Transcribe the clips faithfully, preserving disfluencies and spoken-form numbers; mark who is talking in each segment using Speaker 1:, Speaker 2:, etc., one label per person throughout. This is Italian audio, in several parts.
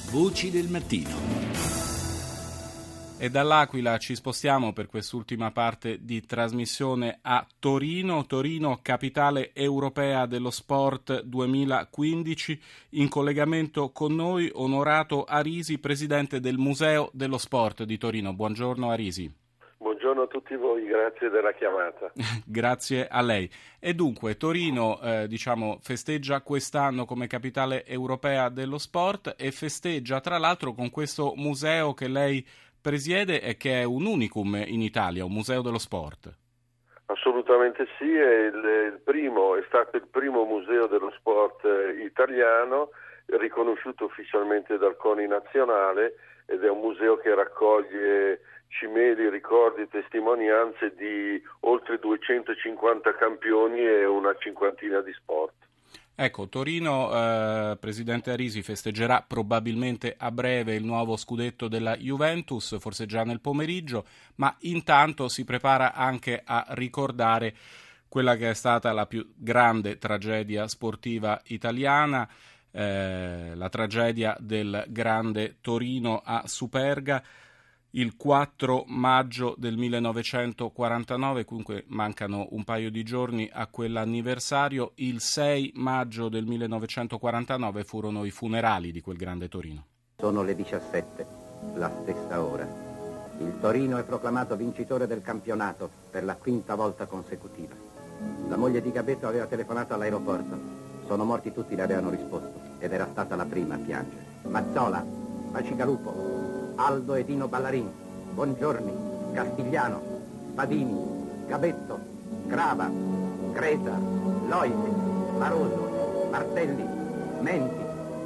Speaker 1: Voci del mattino.
Speaker 2: E dall'Aquila ci spostiamo per quest'ultima parte di trasmissione a Torino. Torino, capitale europea dello sport duemilaquindici. In collegamento con noi Onorato Arisi, presidente del Museo dello Sport di Torino. Buongiorno Arisi.
Speaker 3: Buongiorno a tutti voi, grazie della chiamata.
Speaker 2: Grazie a lei. E dunque Torino eh, diciamo festeggia quest'anno come capitale europea dello sport e festeggia tra l'altro con questo museo che lei presiede e che è un unicum in Italia, un museo dello sport.
Speaker 3: Assolutamente sì, è il, il primo, è stato il primo museo dello sport italiano riconosciuto ufficialmente dal CONI nazionale ed è un museo che raccoglie cimeli, ricordi, testimonianze di oltre duecentocinquanta campioni e una cinquantina di sport.
Speaker 2: Ecco, Torino, eh, presidente Arisi, festeggerà probabilmente a breve il nuovo scudetto della Juventus, forse già nel pomeriggio, ma intanto si prepara anche a ricordare quella che è stata la più grande tragedia sportiva italiana, eh, la tragedia del grande Torino a Superga. Il quattro maggio del millenovecentoquarantanove, comunque mancano un paio di giorni a quell'anniversario, il sei maggio del millenovecentoquarantanove furono i funerali di quel grande Torino.
Speaker 4: Sono le diciassette, la stessa ora. Il Torino è proclamato vincitore del campionato per la quinta volta consecutiva. La moglie di Gabetto aveva telefonato all'aeroporto. Sono morti tutti, le avevano risposto, ed era stata la prima a piangere. Mazzola, Bacigalupo, Aldo e Dino Ballarin, Bongiorni, Castigliano, Spadini, Gabetto, Grava, Creta, Loisi, Maroso, Martelli, Menti,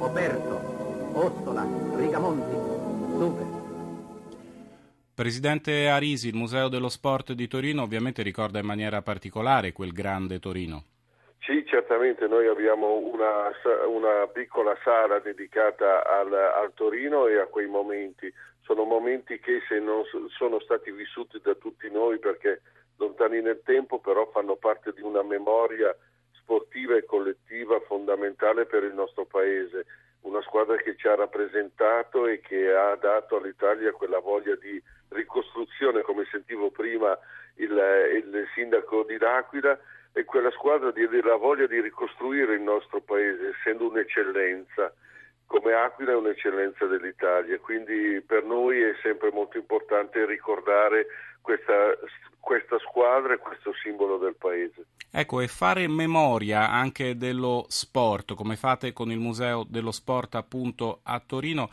Speaker 4: Operto, Ostola, Rigamonti, Super.
Speaker 2: Presidente Arisi, il Museo dello Sport di Torino ovviamente ricorda in maniera particolare quel grande Torino.
Speaker 3: Sì, certamente noi abbiamo una, una piccola sala dedicata al, al Torino e a quei momenti. Sono momenti che se non sono stati vissuti da tutti noi perché lontani nel tempo, però fanno parte di una memoria sportiva e collettiva fondamentale per il nostro paese. Una squadra che ci ha rappresentato e che ha dato all'Italia quella voglia di ricostruzione, come sentivo prima il, il sindaco di L'Aquila, e quella squadra di avere la voglia di ricostruire il nostro paese, essendo un'eccellenza, come Aquila è un'eccellenza dell'Italia, quindi per noi è sempre molto importante ricordare questa, questa squadra e questo simbolo del paese.
Speaker 2: Ecco, e fare memoria anche dello sport, come fate con il Museo dello Sport appunto a Torino,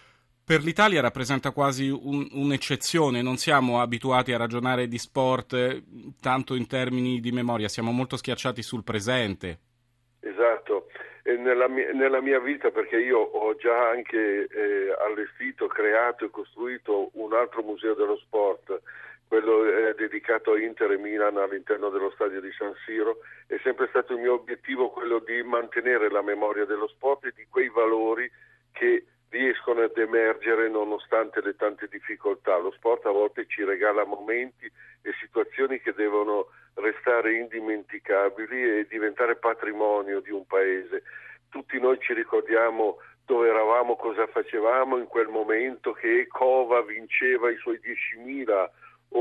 Speaker 2: per l'Italia rappresenta quasi un, un'eccezione, non siamo abituati a ragionare di sport eh, tanto in termini di memoria, siamo molto schiacciati sul presente.
Speaker 3: Esatto, e nella, mia, nella mia vita, perché io ho già anche eh, allestito, creato e costruito un altro museo dello sport, quello eh, dedicato a Inter e Milan all'interno dello stadio di San Siro, è sempre stato il mio obiettivo quello di mantenere la memoria dello sport e di quei valori che riescono ad emergere nonostante le tante difficoltà. Lo sport a volte ci regala momenti e situazioni che devono restare indimenticabili e diventare patrimonio di un paese. Tutti noi ci ricordiamo dove eravamo, cosa facevamo in quel momento che Cova vinceva i suoi diecimila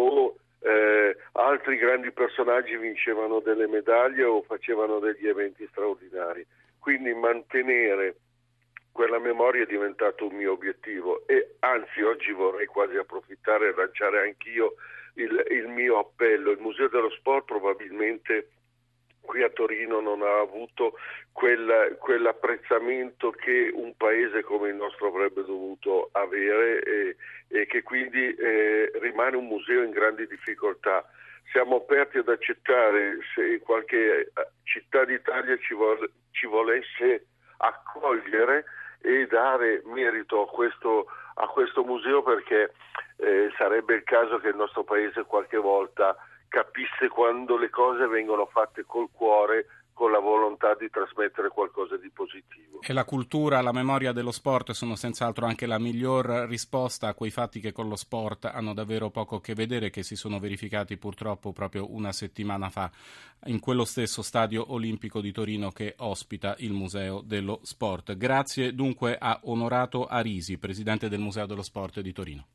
Speaker 3: o eh, altri grandi personaggi vincevano delle medaglie o facevano degli eventi straordinari. Quindi mantenere quella memoria è diventato un mio obiettivo e anzi oggi vorrei quasi approfittare e lanciare anch'io il, il mio appello. Il Museo dello Sport probabilmente qui a Torino non ha avuto quel, quell'apprezzamento che un paese come il nostro avrebbe dovuto avere e, e che quindi eh, rimane un museo in grandi difficoltà. Siamo aperti ad accettare se qualche città d'Italia ci, vol- ci volesse accogliere e dare merito a questo, a questo museo, perché eh, sarebbe il caso che il nostro paese qualche volta capisse quando le cose vengono fatte col cuore con la volontà di trasmettere qualcosa di positivo.
Speaker 2: E la cultura, la memoria dello sport sono senz'altro anche la miglior risposta a quei fatti che con lo sport hanno davvero poco a che vedere, che si sono verificati purtroppo proprio una settimana fa in quello stesso stadio olimpico di Torino che ospita il Museo dello Sport. Grazie dunque a Onorato Arisi, presidente del Museo dello Sport di Torino.